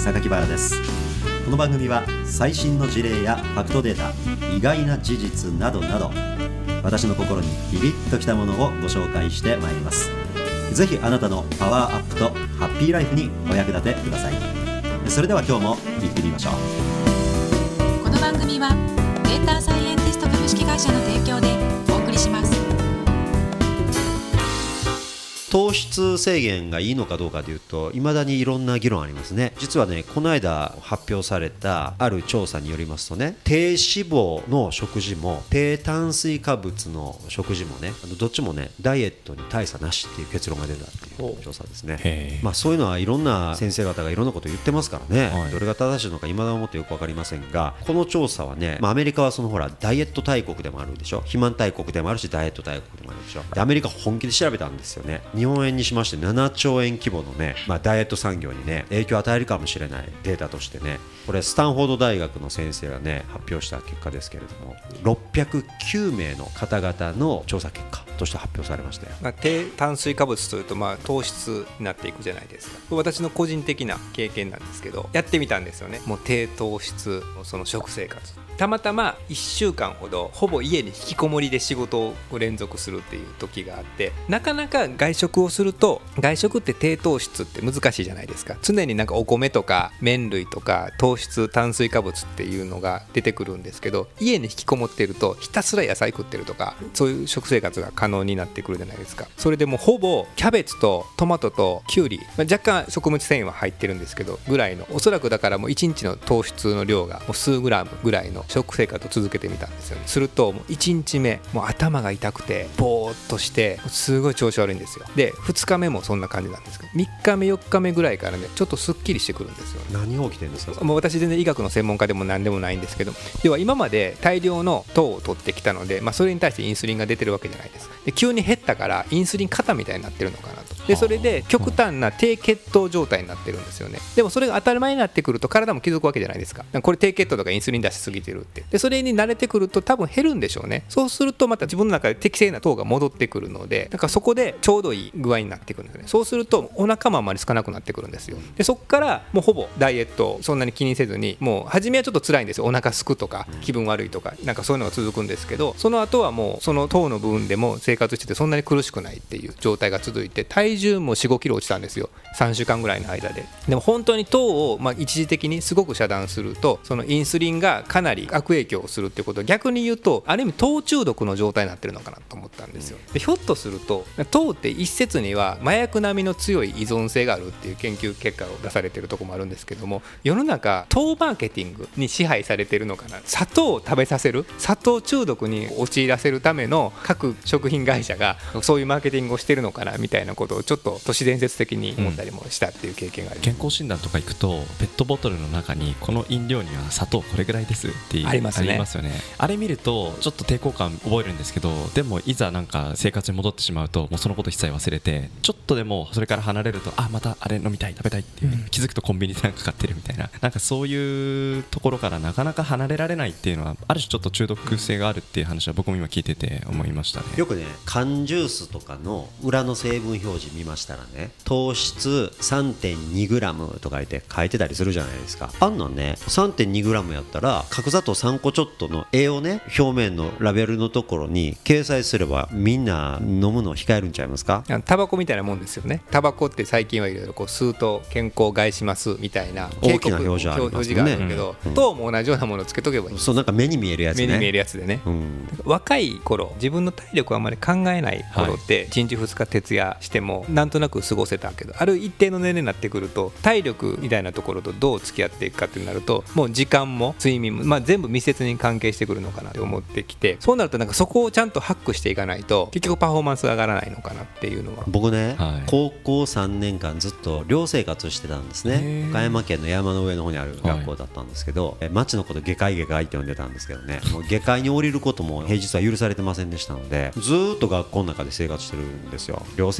榊原です。この番組は最新の事例やファクトデータ、意外な事実などなど、私の心にビビッときたものをご紹介してまいります。ぜひあなたのパワーアップとハッピーライフにお役立てください。それでは今日も行ってみましょう。 この番組はデータサイエンティスト株式会社の提供でお送りします。 糖質制限がいいのかどうかというと、未だにいろんな議論ありますね。実はね、この間発表されたある調査によりますとね、低脂肪の食事も低炭水化物の食事もね、どっちもねダイエットに大差なしっていう結論が出たっていう調査ですね。そういうのはいろんな先生方がいろんなことを言ってますからね、どれが正しいのか未だにもってよく分かりませんが、この調査はね、アメリカはそのほらダイエット大国でもあるでしょ、肥満大国でもあるしダイエット大国でもあるでしょ。でアメリカ本気で調べたんですよね。日本円にしまして7兆円規模のね、ダイエット産業にね影響を与えるかもしれないデータとしてね、これスタンフォード大学の先生がね発表した結果ですけれども、609名の方々の調査結果として発表されましたよ。 低炭水化物というと糖質になっていくじゃないですか。私の個人的な経験なんですけど、やってみたんですよね。もう低糖質のその食生活、たまたま1週間ほどほぼ家に引きこもりで仕事を連続するっていう時があって、なかなか外食をすると、外食って低糖質って難しいじゃないですか。常になんかお米とか麺類とか糖質炭水化物っていうのが出てくるんですけど、家に引きこもっているとひたすら野菜食ってるとか、そういう食生活が可能になってくるじゃないですか。それでもうほぼキャベツとトマトとキュウリ、若干食物繊維は入ってるんですけどぐらいの、おそらくだからもう1日の糖質の量がもう数グラムぐらいの食生活を続けてみたんですよね。するともう1日目もう頭が痛くてぼーっとしてすごい調子悪いんですよ。で2日目もそんな感じなんですけど、3日目4日目ぐらいからねちょっとすっきりしてくるんですよね。 何が起きてるんですか？ もう私全然医学の専門家でも何でもないんですけど、要は今まで大量の糖を取ってきたので、それに対してインスリンが出てるわけじゃないです。で急に減ったからインスリン過多みたいになってるのかなと。でそれで極端な低血糖状態になってるんですよね。でもそれが当たり前になってくると体も気づくわけじゃないですか。これ低血糖とかインスリン出しすぎてるって。でそれに慣れてくると多分減るんでしょうね。そうするとまた自分の中で適正な糖が戻ってくるので、なんかそこでちょうどいい具合になってくるんですよね。そうするとお腹もあまり空かなくなってくるんですよ。でそこからもうほぼダイエットをそんなに気にせずに、もう初めはちょっと辛いんですよ。お腹すくとか気分悪いとかなんかそういうのが続くんですけど、その後はもうその糖の部分でも生活しててそんなに苦しくないっていう状態が続いて、体重も 4,5 キロ落ちたんですよ、3週間ぐらいの間で。でも本当に糖を一時的にすごく遮断すると、そのインスリンがかなり悪影響をするっていうことを、逆に言うとある意味糖中毒の状態になってるのかなと思ったんですよ。でひょっとすると糖って一説には麻薬並みの強い依存性があるっていう研究結果を出されてるところもあるんですけども、世の中糖マーケティングに支配されてるのかな。砂糖を食べさせる、砂糖中毒に陥らせるための各食品会社がそういうマーケティングをしてるのかなみたいなことをちょっと都市伝説的に思ったりもしたっていう経験があります。 健康診断とか行くとペットボトルの中にこの飲料には砂糖これぐらいですってありますね。 あれ見るとちょっと抵抗感覚えるんですけど、でもいざなんか生活に戻ってしまうともうそのこと一切忘れて、ちょっとでもそれから離れるとまたあれ飲みたい食べたいっていう、気づくとコンビニでなんか買ってるみたいな、なんかそういうところからなかなか離れられないっていうのはある種ちょっと中毒性があるっていう話は僕も今聞いてて思いましたね。 よくね缶ジュースとかの裏の成分表示見ましたらね、糖質 3.2g とか書いてたりするじゃないですか。あんのね 3.2g やったら角砂糖3個ちょっとの絵をね表面のラベルのところに掲載すればみんな飲むのを控えるんちゃいますか？ タバコみたいなもんですよね。タバコって最近はいろいろ吸うと健康を害しますみたいな大きな表示ありますよね。 表示があるけど、糖も同じようなものをつけとけばいいんです。 そうなんか目に見えるやつね。 目に見えるやつでね、若い頃自分の体力をあまり考えない頃って1日2日徹夜してもなんとなく過ごせたけど、ある一定の年齢になってくると体力みたいなところとどう付き合っていくかってなると、もう時間も睡眠も、全部密接に関係してくるのかなって思ってきて、そうなるとなんかそこをちゃんとハックしていかないと結局パフォーマンスが上がらないのかなっていうのは。 僕ね、高校3年間ずっと寮生活してたんですね。岡山県の山の上の方にある学校だったんですけど、町のこと下界下界って呼んでたんですけどね、もう下界に降りることも平日は許されてませんでしたので、ずっと学校の中で生活してるんですよ。寮生活って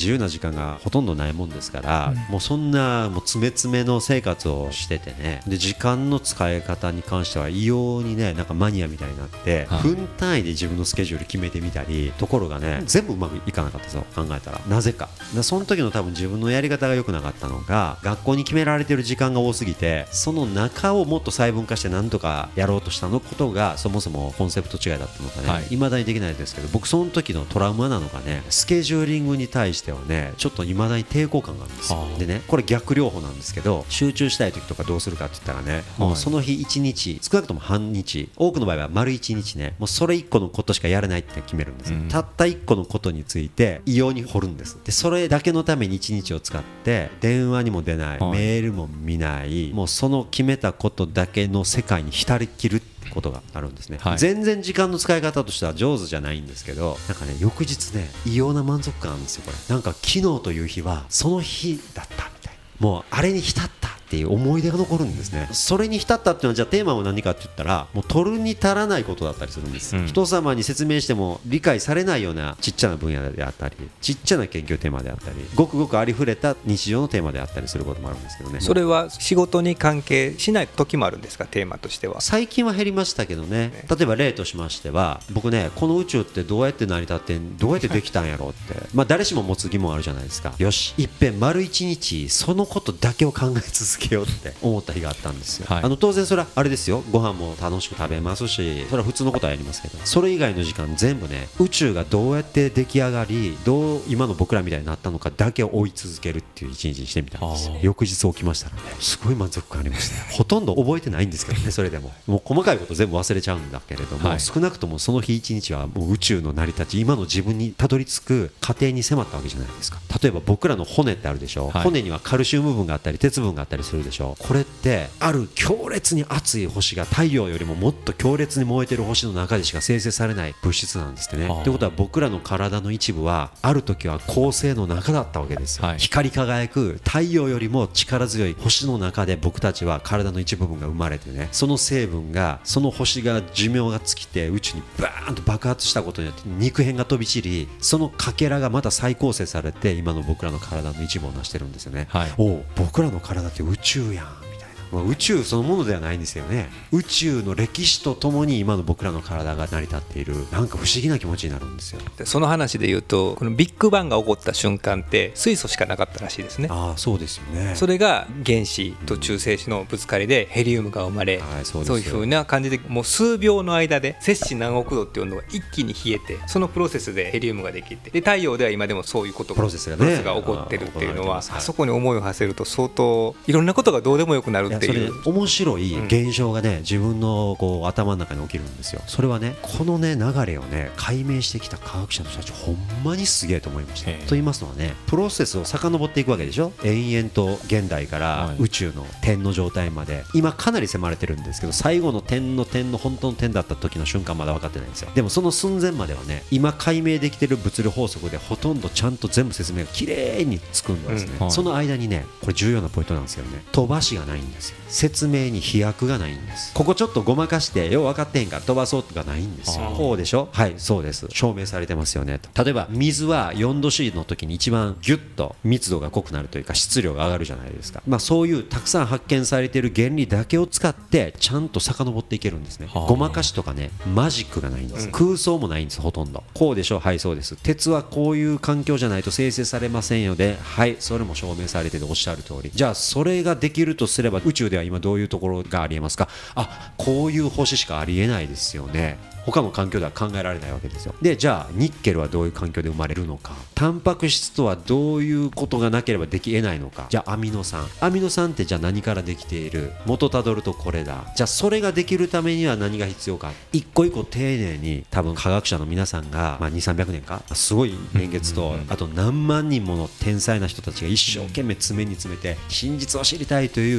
自由な時間がほとんどないもんですから、もうそんなもう詰め詰めの生活をしててね、で時間の使い方に関しては異様にねなんかマニアみたいになって、分単位で自分のスケジュール決めてみたり、ところがね全部うまくいかなかったぞ考えたら。なぜかその時の多分自分のやり方が良くなかったのが、学校に決められてる時間が多すぎて、その中をもっと細分化して何とかやろうとしたのことがそもそもコンセプト違いだったのかね、未だにできないですけど、僕その時のトラウマなのがね、スケジューリングに対してはねちょっと未だに抵抗感があるんですよ。でねこれ逆療法なんですけど、集中したい時とかどうするかって言ったらね、もうその日1日、少なくとも半日、多くの場合は丸1日ね、もうそれ1個のことしかやらないって決めるんですよ。たった1個のことについて異様に掘るんです。でそれだけのために1日を使って電話にも出ない、メールも見ない、もうその決めたことだけの世界に浸りきるってことがあるんですね、全然時間の使い方としては上手じゃないんですけど、なんかね翌日ね異様な満足感あるんですよ。これなんか昨日という日はその日だったみたいな、もうあれに浸ったっていう思い出が残るんですね。それに浸ったっていうのはじゃあテーマは何かって言ったら、もう取るに足らないことだったりするんです、人様に説明しても理解されないようなちっちゃな分野であったり、ちっちゃな研究テーマであったり、ごくごくありふれた日常のテーマであったりすることもあるんですけどね。 それは仕事に関係しない時もあるんですか、テーマとしては。 最近は減りましたけどね。例えば例としましては、僕ねこの宇宙ってどうやって成り立ってどうやってできたんやろうってまあ誰しも持つ疑問あるじゃないですか。よしいっぺん丸一日そのことだけを考え続けようって思った日があったんですよ、当然それはあれですよ、ご飯も楽しく食べますし、それは普通のことはやりますけど、それ以外の時間全部ね宇宙がどうやって出来上がり、どう今の僕らみたいになったのかだけを追い続けるっていう一日にしてみたんですよ。翌日起きましたらねすごい満足感ありましたよ。ほとんど覚えてないんですけどね、それでももう細かいこと全部忘れちゃうんだけれども、少なくともその日一日はもう宇宙の成り立ち、今の自分にたどり着く過程に迫ったわけじゃないですか。例えば僕らの骨ってあるでしょ、骨にはカルシウム分があったり鉄分があったりするでしょ。これってある強烈に熱い星が太陽よりももっと強烈に燃えてる星の中でしか生成されない物質なんですってね。ということは僕らの体の一部はある時は恒星の中だったわけですよ、光り輝く太陽よりも力強い星の中で僕たちは体の一部分が生まれてね、その成分がその星が寿命が尽きて宇宙にバーンと爆発したことによって肉片が飛び散り、そのかけらがまた再構成されて今の僕らの体の一部を成してるんですよね、お僕らの体って宇宙やん。宇宙そのものではないんですよね。宇宙の歴史とともに今の僕らの体が成り立っている、なんか不思議な気持ちになるんですよ。 その話で言うと、このビッグバンが起こった瞬間って水素しかなかったらしいですね。 そうですよね。 それが原子と中性子のぶつかりでヘリウムが生まれ、そういう風な感じでもう数秒の間で摂氏何億度っていうのが一気に冷えて、そのプロセスでヘリウムができて、で太陽では今でもそういうことがプロセスが起こってるっていうのは、あそこに思いを馳せると相当いろんなことがどうでもよくなるっていう面白い現象がね、自分のこう頭の中に起きるんですよ。それはね、このね流れをね解明してきた科学者の人たちほんまにすげえと思いました。と言いますのはね、プロセスを遡っていくわけでしょ。延々と現代から宇宙の点の状態まで、今かなり迫れてるんですけど、最後の点の本当の点だった時の瞬間まだ分かってないんですよ。でもその寸前まではね、今解明できてる物理法則でほとんどちゃんと全部説明がきれいにつくんですね、その間にね、これ重要なポイントなんですよね。飛ばしがないんですよ。説明に飛躍がないんです。ここちょっとごまかしてよう分かってへんから飛ばそうとかないんですよ。こうでしょ、はいそうです、証明されてますよねと。例えば水は4度 C の時に一番ギュッと密度が濃くなるというか質量が上がるじゃないですか。そういうたくさん発見されている原理だけを使ってちゃんと遡っていけるんですね。ごまかしとかね、マジックがないんです、空想もないんです。ほとんどこうでしょ、はいそうです。鉄はこういう環境じゃないと生成されませんよで、はいそれも証明されてておっしゃる通り。じゃあそれができるとすれば宇宙では今どういうところがありえますか。こういう星しかありえないですよね。他の環境では考えられないわけですよ。でじゃあニッケルはどういう環境で生まれるのか、タンパク質とはどういうことがなければできえないのか。じゃあアミノ酸ってじゃあ何からできている、元たどるとこれだ。じゃあそれができるためには何が必要か、一個一個丁寧に多分科学者の皆さんが、200、300年かすごい年月と、あと何万人もの天才な人たちが一生懸命詰めに詰めて真実を知りたいという熱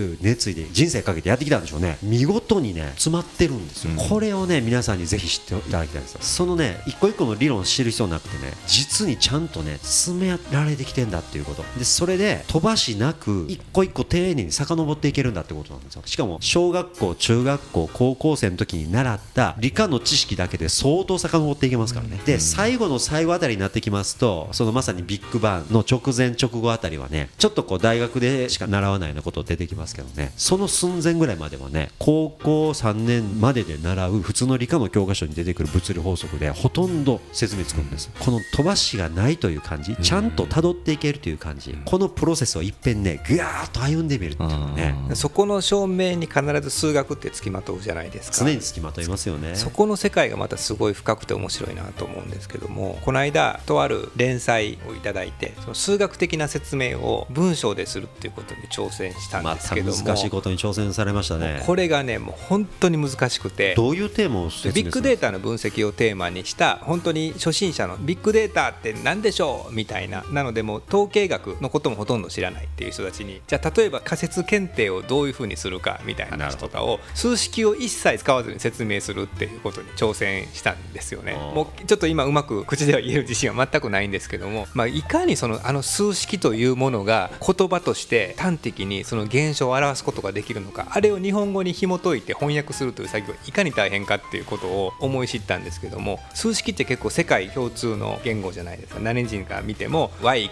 継いで人生かけてやってきたんでしょうね。見事にね詰まってるんですよ、これをね皆さんにぜひ知っていただきたいんですよ。そのね一個一個の理論を知る必要なくてね、実にちゃんとね詰められてきてんだっていうことで、それで飛ばしなく一個一個丁寧に遡っていけるんだってことなんですよ。しかも小学校中学校高校生の時に習った理科の知識だけで相当遡っていけますからね。で最後の最後あたりになってきますと、そのまさにビッグバンの直前直後あたりはね、ちょっとこう大学でしか習わないようなこと出てきますけどね、その寸前ぐらいまではね、高校3年までで習う普通の理科の教科書に出てくる物理法則でほとんど説明つくんです。この飛ばしがないという感じ、ちゃんと辿っていけるという感じ、このプロセスをいっぺんねぐわーっと歩んでみるっていうのね、 そこの証明に必ず数学ってつきまとうじゃないですか。 常につきまといますよね。 そこの世界がまたすごい深くて面白いなと思うんですけども、この間とある連載をいただいて、その数学的な説明を文章でするっていうことに挑戦したんですけども、 また難しいことに挑戦されましたね。 これがねもう本当に難しくて、 どういうテーマを説明するんですか？ ビッグデータの分析をテーマにした本当に初心者のビッグデータって何でしょうみたいな、なのでもう統計学のこともほとんど知らないっていう人たちに、じゃあ例えば仮説検定をどういうふうにするかみたいな話とかを数式を一切使わずに説明するっていうことに挑戦したんですよね。もうちょっと今うまく口では言える自信は全くないんですけども、いかにその数式というものが言葉として端的にその現象を表すことができるのか、あれを日本語に紐解いて翻訳するという作業がいかに大変かっていうことを思い知ったんですけども、数式って結構世界共通の言語じゃないですか。何人か見ても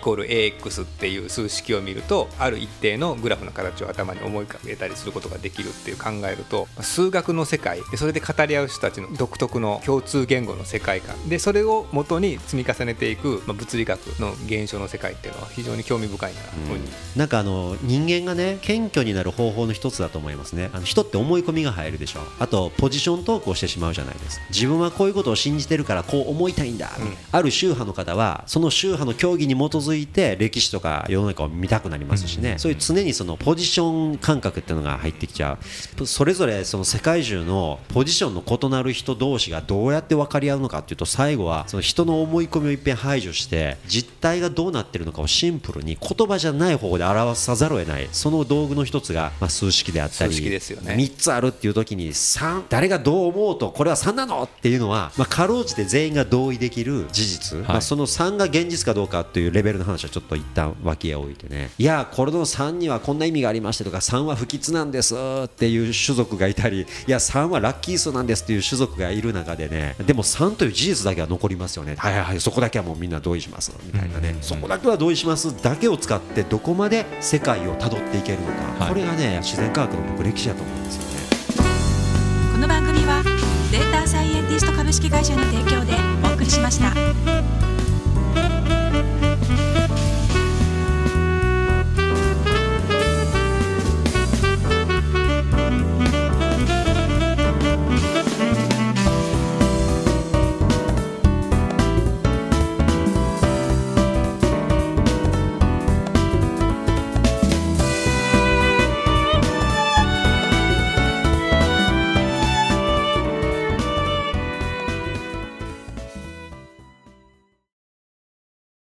y=ax っていう数式を見るとある一定のグラフの形を頭に思い浮かべたりすることができるっていう考えると、数学の世界でそれで語り合う人たちの独特の共通言語の世界観で、それを元に積み重ねていく物理学の現象の世界っていうのは非常に興味深いなというふうに、 なんか人間がね謙虚になる方法の一つだと思いますね。人って思い込みが入るでしょ。あとポジショントークをしてしまうじゃないですか。自分はこういうことを信じてるからこう思いたいんだ、ある宗派の方はその宗派の教義に基づいて歴史とか世の中を見たくなりますしね、そういう常にそのポジション感覚っていうのが入ってきちゃう。それぞれその世界中のポジションの異なる人同士がどうやって分かり合うのかっていうと、最後はその人の思い込みを一遍排除して実態がどうなってるのかをシンプルに言葉じゃない方法で表さざるを得ない、その道具の一つが数式であったり、 数式ですよね。 3つあるっていう時に3、誰がどう思うとこれは3なのっていうのは、かろうじて全員が同意できる事実、その3が現実かどうかっていうレベルの話はちょっと一旦脇へ置いてね、いやこれの3にはこんな意味がありましてとか、3は不吉なんですっていう種族がいたり、いや3はラッキー数なんですっていう種族がいる中でね、でも3という事実だけは残りますよね。はいはいはい、そこだけはもうみんな同意しますみたいなね、そこだけは同意しますだけを使ってどこまで世界をたどっていけるのか、これがね自然科学の僕歴史だと思うんですよね。 この番組はデータサイエンティスト株式会社の提供でお送りしました。